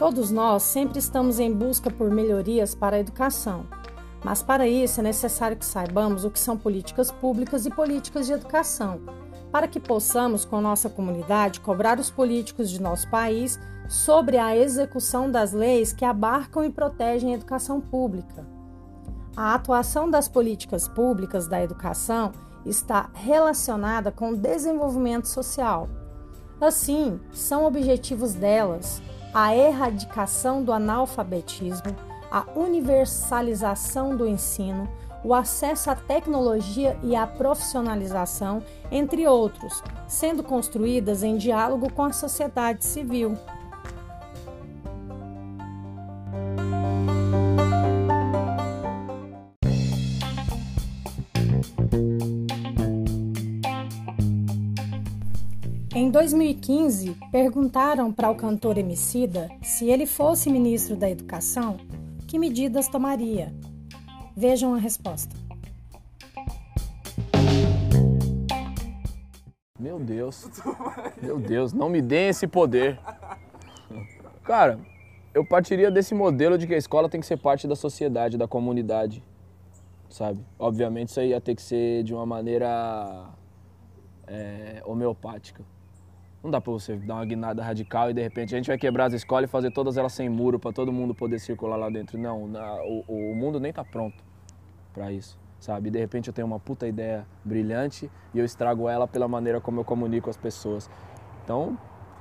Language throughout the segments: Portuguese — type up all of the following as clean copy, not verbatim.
Todos nós sempre estamos em busca por melhorias para a educação, mas para isso é necessário que saibamos o que são políticas públicas e políticas de educação, para que possamos, com nossa comunidade, cobrar os políticos de nosso país sobre a execução das leis que abarcam e protegem a educação pública. A atuação das políticas públicas da educação está relacionada com o desenvolvimento social. Assim, são objetivos delas a erradicação do analfabetismo, a universalização do ensino, o acesso à tecnologia e à profissionalização, entre outros, sendo construídas em diálogo com a sociedade civil. Em 2015, perguntaram para o cantor Emicida se ele fosse ministro da Educação, que medidas tomaria. Vejam a resposta. Meu Deus, não me deem esse poder. Cara, eu partiria desse modelo de que a escola tem que ser parte da sociedade, da comunidade, sabe? Obviamente isso aí ia ter que ser de uma maneira homeopática. Não dá pra você dar uma guinada radical e de repente a gente vai quebrar as escolas e fazer todas elas sem muro para todo mundo poder circular lá dentro. Não, o mundo nem tá pronto para isso, sabe? E de repente eu tenho uma puta ideia brilhante e eu estrago ela pela maneira como eu comunico as pessoas. Então,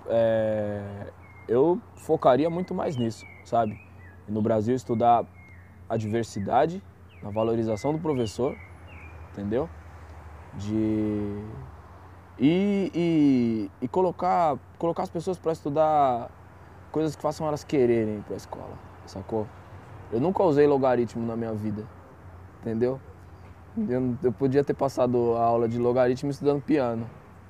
eu focaria muito mais nisso, sabe? E no Brasil estudar a diversidade, a valorização do professor, entendeu? E colocar as pessoas para estudar coisas que façam elas quererem ir para a escola, sacou? Eu nunca usei logaritmo na minha vida, entendeu? Eu podia ter passado a aula de logaritmo estudando piano.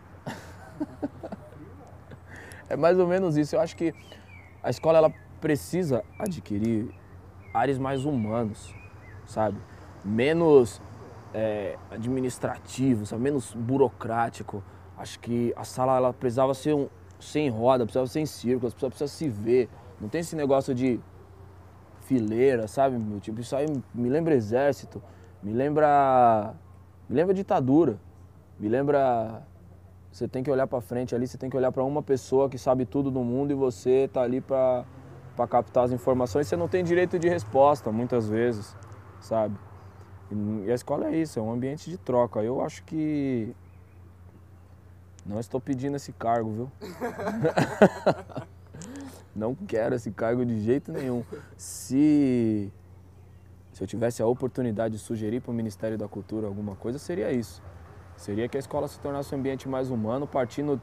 É mais ou menos isso. Eu acho que a escola ela precisa adquirir áreas mais humanos, sabe? Menos administrativo, sabe? Menos burocrático. Acho que a sala ela precisava ser sem roda, precisava ser em círculo, as pessoas precisam se ver. Não tem esse negócio de fileira, sabe? Tipo, isso aí me lembra exército, me lembra ditadura, me lembra você tem que olhar pra frente ali, você tem que olhar pra uma pessoa que sabe tudo do mundo e você tá ali pra captar as informações. Você não tem direito de resposta, muitas vezes, sabe? E a escola é isso, é um ambiente de troca. Eu acho que não estou pedindo esse cargo, viu? Não quero esse cargo de jeito nenhum. Se eu tivesse a oportunidade de sugerir para o Ministério da Cultura alguma coisa, seria isso. Seria que a escola se tornasse um ambiente mais humano, partindo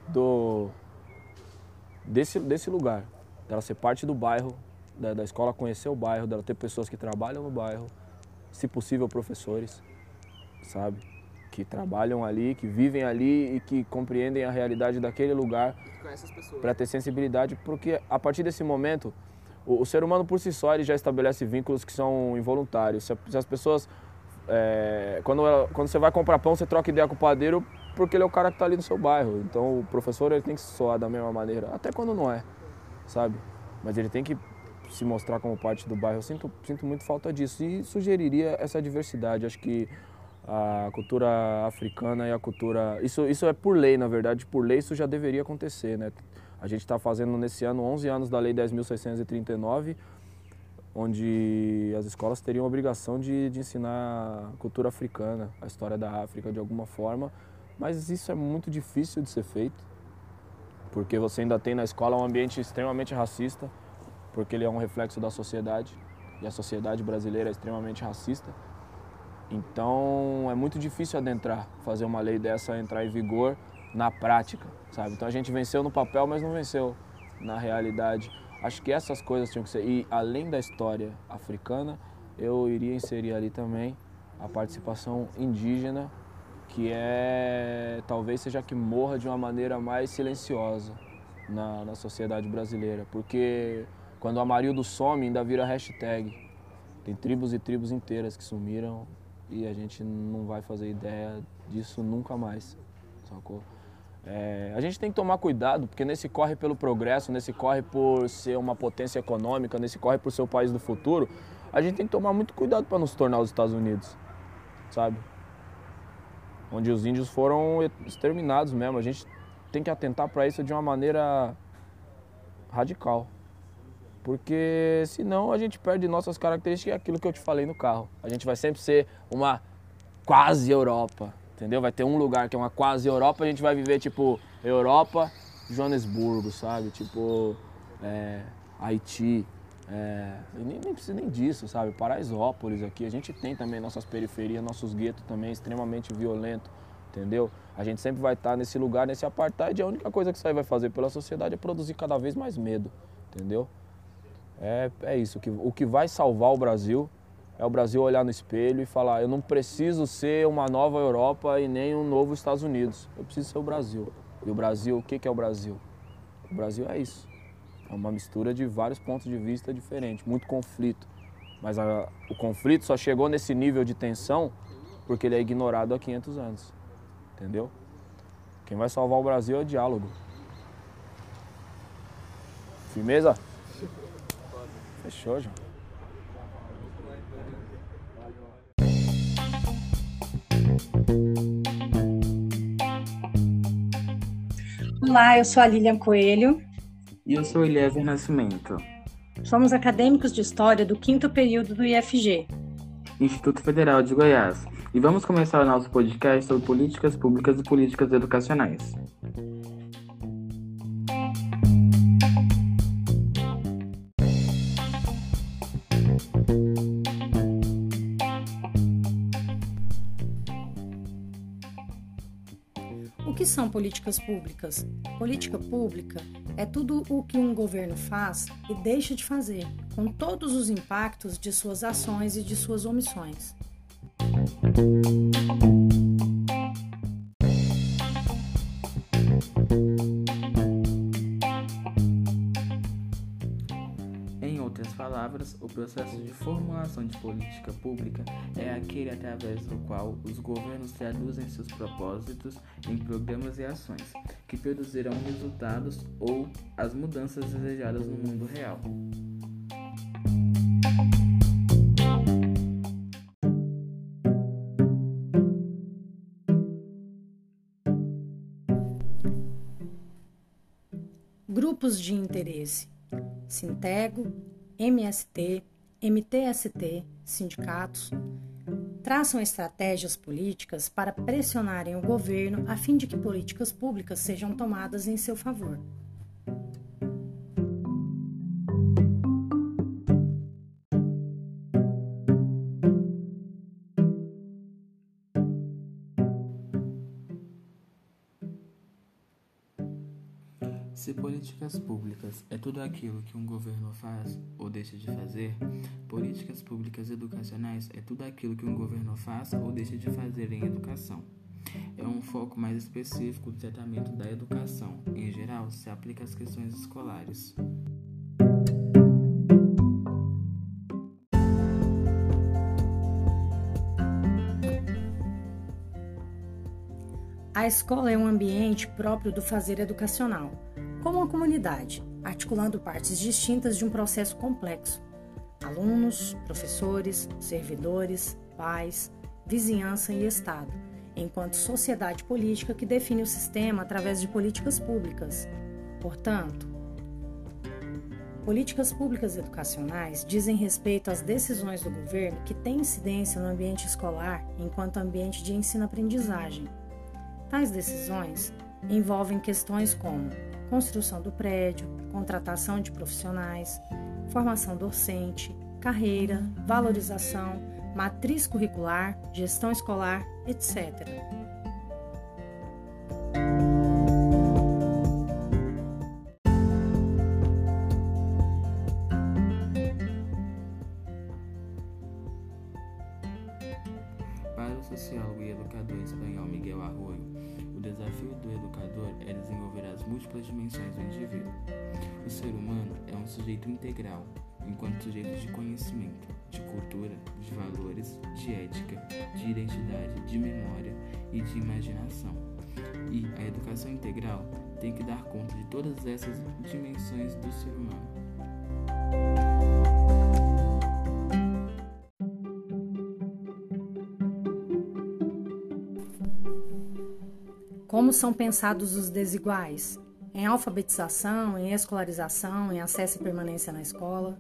desse lugar. Dela ser parte do bairro, da escola conhecer o bairro, dela ter pessoas que trabalham no bairro, se possível professores, sabe? Que trabalham ali, que vivem ali e que compreendem a realidade daquele lugar para ter sensibilidade, porque a partir desse momento, o ser humano por si só ele já estabelece vínculos que são involuntários. Se as pessoas, quando você vai comprar pão, você troca ideia com o padeiro porque ele é o cara que está ali no seu bairro. Então o professor ele tem que soar da mesma maneira, até quando não é, sabe? Mas ele tem que se mostrar como parte do bairro. Eu sinto muito falta disso e sugeriria essa diversidade. Acho que a cultura africana e a cultura... Isso é por lei, na verdade, por lei isso já deveria acontecer, né? A gente está fazendo nesse ano 11 anos da Lei 10.639, onde as escolas teriam a obrigação de ensinar a cultura africana, a história da África de alguma forma, mas isso é muito difícil de ser feito, porque você ainda tem na escola um ambiente extremamente racista, porque ele é um reflexo da sociedade, e a sociedade brasileira é extremamente racista. Então é muito difícil adentrar, fazer uma lei dessa entrar em vigor na prática, sabe? Então a gente venceu no papel, mas não venceu na realidade. Acho que essas coisas tinham que ser. E além da história africana, eu iria inserir ali também a participação indígena, que talvez seja que morra de uma maneira mais silenciosa na sociedade brasileira. Porque quando o Amarildo some, ainda vira hashtag. Tem tribos e tribos inteiras que sumiram e a gente não vai fazer ideia disso nunca mais, sacou? A gente tem que tomar cuidado, porque nesse corre pelo progresso, nesse corre por ser uma potência econômica, nesse corre por ser o país do futuro, a gente tem que tomar muito cuidado para não se tornar os Estados Unidos, sabe? Onde os índios foram exterminados mesmo. A gente tem que atentar para isso de uma maneira radical. Porque senão a gente perde nossas características, é aquilo que eu te falei no carro. A gente vai sempre ser uma quase Europa, entendeu? Vai ter um lugar que é uma quase Europa, a gente vai viver tipo Europa, Joanesburgo, sabe? Tipo Haiti, nem precisa nem disso, sabe? Paraisópolis aqui, a gente tem também nossas periferias, nossos guetos também extremamente violentos, entendeu? A gente sempre vai estar nesse lugar, nesse apartheid, e a única coisa que isso aí vai fazer pela sociedade é produzir cada vez mais medo, entendeu? É isso, o que vai salvar o Brasil é o Brasil olhar no espelho e falar: eu não preciso ser uma nova Europa e nem um novo Estados Unidos, eu preciso ser o Brasil. E o Brasil, o que é o Brasil? O Brasil é isso, é uma mistura de vários pontos de vista diferentes, muito conflito. Mas o conflito só chegou nesse nível de tensão porque ele é ignorado há 500 anos, entendeu? Quem vai salvar o Brasil é o diálogo. Firmeza? Fechou, João. Olá, eu sou a Lilian Coelho. E eu sou Eliezer Nascimento. Somos acadêmicos de História do 5º período do IFG, Instituto Federal de Goiás. E vamos começar o nosso podcast sobre políticas públicas e políticas educacionais. O que são políticas públicas? Política pública é tudo o que um governo faz e deixa de fazer, com todos os impactos de suas ações e de suas omissões. Em outras palavras, o processo de formulação de política pública é aquele através do qual os governos traduzem seus propósitos em programas e ações, que produzirão resultados ou as mudanças desejadas no mundo real. Grupos de interesse: Sintego, MST, MTST, sindicatos, traçam estratégias políticas para pressionarem o governo a fim de que políticas públicas sejam tomadas em seu favor. Se políticas públicas é tudo aquilo que um governo faz ou deixa de fazer, políticas públicas educacionais é tudo aquilo que um governo faz ou deixa de fazer em educação. É um foco mais específico do tratamento da educação. Em geral, se aplica às questões escolares. A escola é um ambiente próprio do fazer educacional, como uma comunidade, articulando partes distintas de um processo complexo. Alunos, professores, servidores, pais, vizinhança e Estado, enquanto sociedade política que define o sistema através de políticas públicas. Portanto, políticas públicas educacionais dizem respeito às decisões do governo que têm incidência no ambiente escolar enquanto ambiente de ensino-aprendizagem. Tais decisões envolvem questões como construção do prédio, contratação de profissionais, formação docente, carreira, valorização, matriz curricular, gestão escolar, etc. Para o sociólogo e educador espanhol Miguel Arroyo, o desafio do educador é desenvolver as múltiplas dimensões do indivíduo. O ser humano é um sujeito integral, enquanto sujeito de conhecimento, de cultura, de valores, de ética, de identidade, de memória e de imaginação. E a educação integral tem que dar conta de todas essas dimensões do ser humano. Como são pensados os desiguais? Em alfabetização, em escolarização, em acesso e permanência na escola?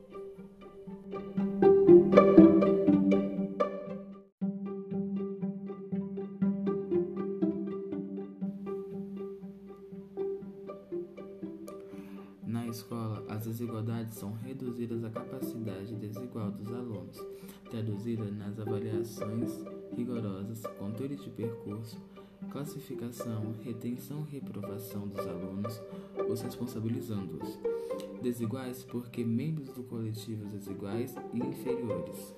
Na escola, as desigualdades são reduzidas à capacidade desigual dos alunos, traduzida nas avaliações rigorosas, controle de percurso, classificação, retenção e reprovação dos alunos, os responsabilizando-os. Desiguais porque membros do coletivo desiguais e inferiores.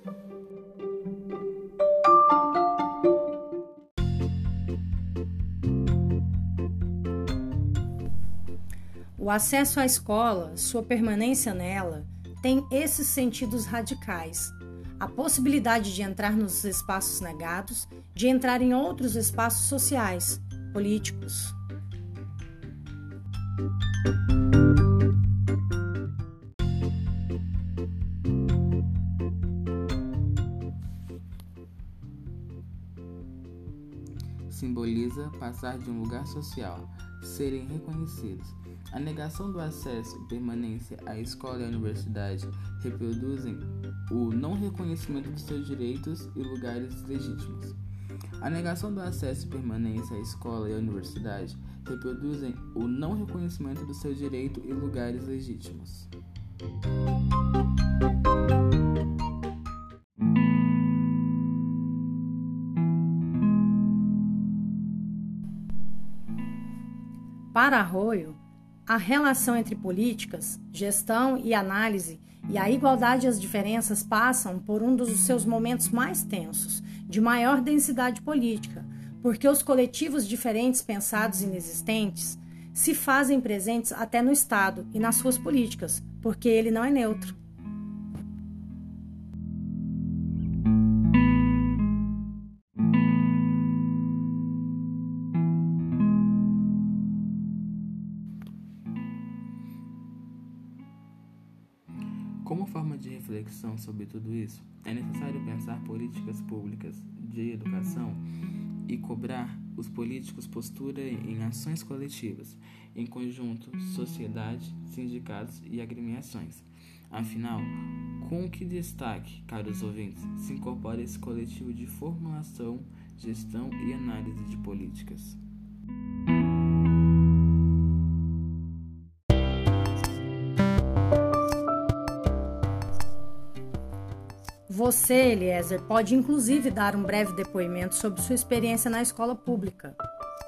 O acesso à escola, sua permanência nela, tem esses sentidos radicais. A possibilidade de entrar nos espaços negados, de entrar em outros espaços sociais, políticos. Simboliza passar de um lugar social, serem reconhecidos. A negação do acesso e permanência à escola e à universidade reproduzem o não reconhecimento dos seus direitos e lugares legítimos. A negação do acesso e permanência à escola e à universidade reproduzem o não reconhecimento do seu direito e lugares legítimos. Para Arroyo, a relação entre políticas, gestão e análise e a igualdade e as diferenças passam por um dos seus momentos mais tensos, de maior densidade política, porque os coletivos diferentes pensados e inexistentes se fazem presentes até no Estado e nas suas políticas, porque ele não é neutro. Como forma de reflexão sobre tudo isso, é necessário pensar políticas públicas de educação e cobrar os políticos postura em ações coletivas, em conjunto, sociedade, sindicatos e agremiações. Afinal, com que destaque, caros ouvintes, se incorpora esse coletivo de formulação, gestão e análise de políticas? Você, Eliezer, pode inclusive dar um breve depoimento sobre sua experiência na escola pública.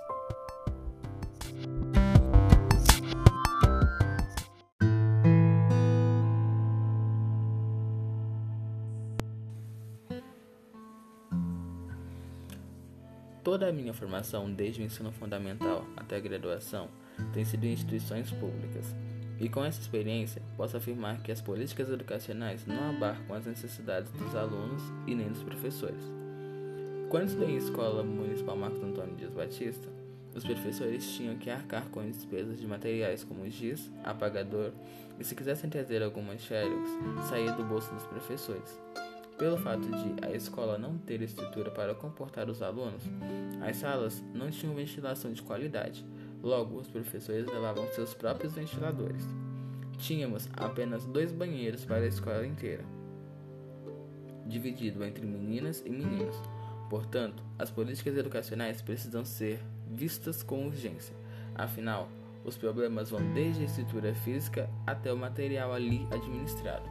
Toda a minha formação, desde o ensino fundamental até a graduação, tem sido em instituições públicas. E com essa experiência, posso afirmar que as políticas educacionais não abarcam as necessidades dos alunos e nem dos professores. Quando estudei em escola municipal Marcos Antônio Dias Batista, os professores tinham que arcar com as despesas de materiais como giz, apagador e, se quisessem trazer algumas xerox, saía do bolso dos professores. Pelo fato de a escola não ter estrutura para comportar os alunos, as salas não tinham ventilação de qualidade. Logo, os professores levavam seus próprios ventiladores. Tínhamos apenas 2 banheiros para a escola inteira, dividido entre meninas e meninos. Portanto, as políticas educacionais precisam ser vistas com urgência. Afinal, os problemas vão desde a estrutura física até o material ali administrado.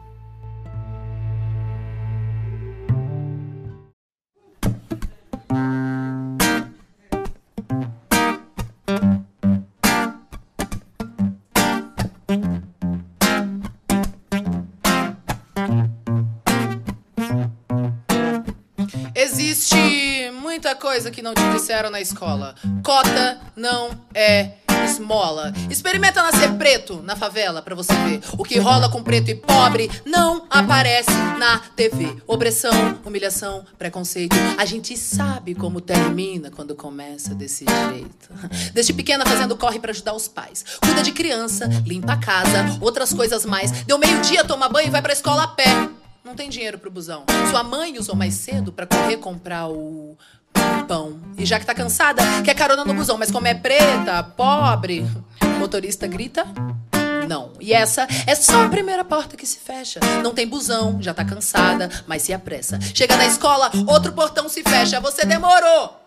Existe muita coisa que não te disseram na escola. Cota não é esmola. Experimenta nascer preto na favela pra você ver. O que rola com preto e pobre não aparece na TV. Opressão, humilhação, preconceito. A gente sabe como termina quando começa desse jeito. Desde pequena fazendo corre pra ajudar os pais. Cuida de criança, limpa a casa, outras coisas mais. Deu meio-dia, toma banho e vai pra escola a pé. Não tem dinheiro pro busão. Sua mãe usou mais cedo pra correr comprar o pão. E já que tá cansada, quer carona no busão. Mas como é preta, pobre, o motorista grita não. E essa é só a primeira porta que se fecha. Não tem busão, já tá cansada, mas se apressa. Chega na escola, outro portão se fecha. Você demorou.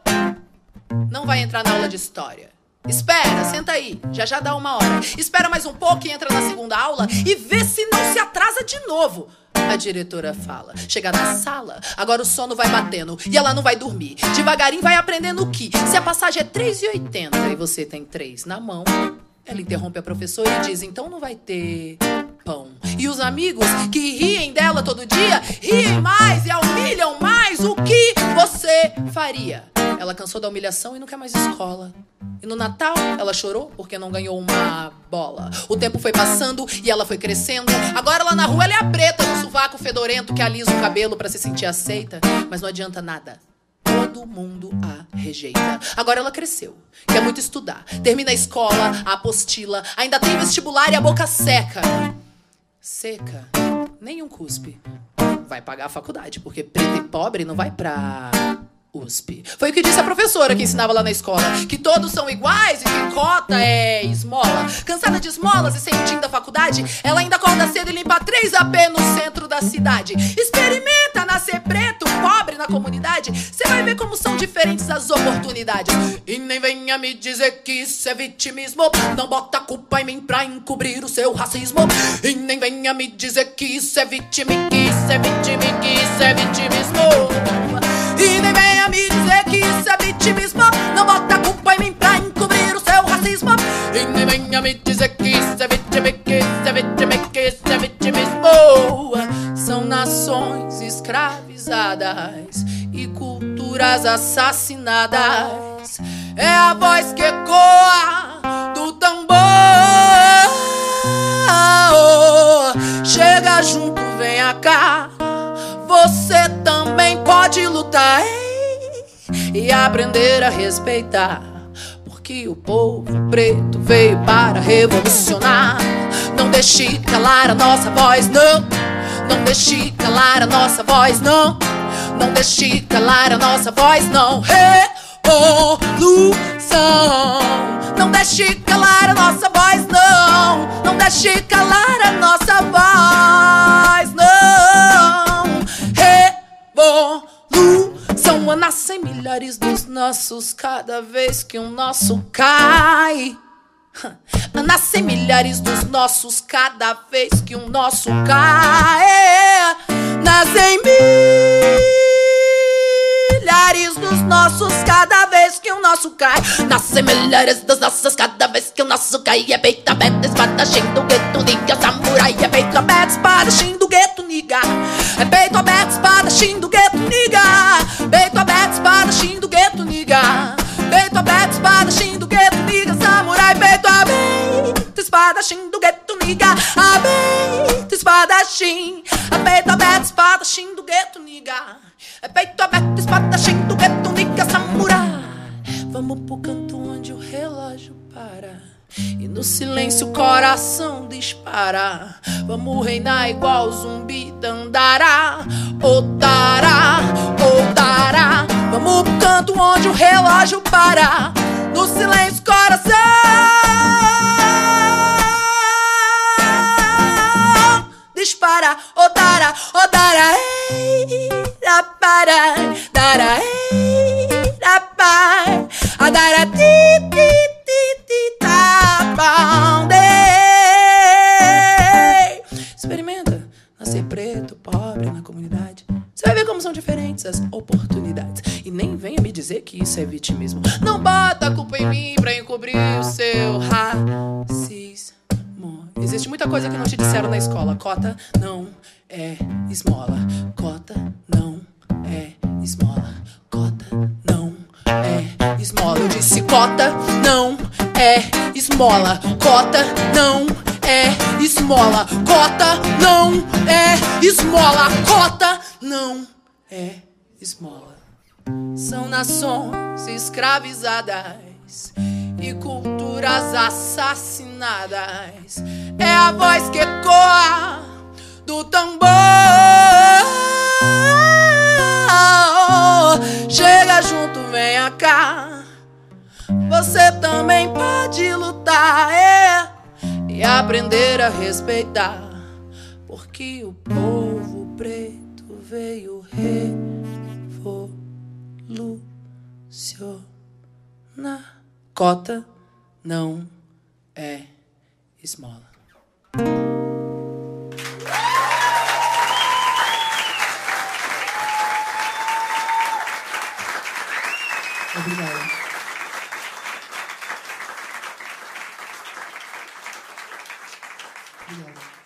Não vai entrar na aula de história. Espera, senta aí, já dá 1 hora. Espera mais um pouco e entra na segunda aula e vê se não se atrasa de novo. A diretora fala. Chega na sala, agora o sono vai batendo e ela não vai dormir. Devagarinho vai aprendendo que se a passagem é 3,80 e você tem 3 na mão, ela interrompe a professora e diz, então não vai ter pão. E os amigos que riem dela todo dia, riem mais e a humilham mais. O que você faria? Ela cansou da humilhação e não quer mais escola. E no Natal, ela chorou porque não ganhou uma bola. O tempo foi passando e ela foi crescendo. Agora lá na rua ela é a preta, no sovaco fedorento que alisa o cabelo pra se sentir aceita. Mas não adianta nada. Todo mundo a rejeita. Agora ela cresceu, quer muito estudar. Termina a escola, a apostila. Ainda tem vestibular e a boca seca. Seca, nenhum cuspe. Vai pagar a faculdade, porque preto e pobre não vai pra USP. Foi o que disse a professora que ensinava lá na escola, que todos são iguais e que cota é esmola. Cansada de esmolas e sentindo a faculdade, ela ainda acorda cedo e limpa 3 AP no centro da cidade. Experimenta nascer preto, pobre na comunidade. Você vai ver como são diferentes as oportunidades. E nem venha me dizer que isso é vitimismo. Não bota a culpa em mim pra encobrir o seu racismo. E nem venha me dizer que isso é vitimismo, que isso é vitimismo, que isso é vitimismo. E nem venha me dizer que isso é vitimismo. Não bota a culpa em mim pra encobrir o seu racismo. E nem venha me dizer que isso é vitimismo, que isso é vitimismo, que isso é vitimismo. São nações escravizadas e culturas assassinadas. É a voz que ecoa do tambor. Chega junto, venha cá. Você também pode lutar, hein? E aprender a respeitar, porque o povo preto veio para revolucionar. Não deixe calar a nossa voz, não. Não deixe calar a nossa voz, não. Não deixe calar a nossa voz, não. Revolução. Não deixe calar a nossa voz, não. Não deixe calar a nossa voz, não. Revolução. Nascem milhares dos nossos cada vez que um nosso cai. Nascem milhares dos nossos cada vez que um nosso cai. Nascem milhares dos nossos cada vez que um nosso cai. Nascem milhares dos nossos cada vez que o nosso cai. É peito aberto, espadachim do gueto, niga, samurai. É peito aberto, espadachim do gueto, niga. É peito aberto, espadachim do gueto, niga. Peito aberto, espadachim do gueto, niga. Peito aberto, espadachim do gueto, niga, samurai. Peito aberto, espadachim do gueto, niga. Aberto, espadachim. Peito aberto, espadachim do gueto, niga. É peito aberto, espadachim do gueto, niga, samurai. Vamos pro canto onde o relógio para e no silêncio o coração dispara. Vamos reinar igual zumbi Dandará, Otará, Otará. Vamos pro canto onde o relógio para, no silêncio o coração dispara. Otará, Otará, ei, para, dará, ei, rapaz, a dará, ti, ti, ti, ti, tá bom, experimenta nascer preto, pobre na comunidade. Você vai ver como são diferentes as oportunidades. E nem venha me dizer que isso é vitimismo. Não bota a culpa em mim pra encobrir o seu racismo. Existe muita coisa que não te disseram na escola. Cota não é esmola. Cota não é esmola. Cota não é esmola. Eu disse cota não é esmola. Cota não é esmola. Cota não é esmola. Cota não é esmola. São nações escravizadas e culturas assassinadas. É a voz que ecoa do tambor. Chega junto, venha cá. Você também pode lutar, e aprender a respeitar, porque o povo preto veio revolucionar. Cota não é esmola. Obrigada. Obrigada.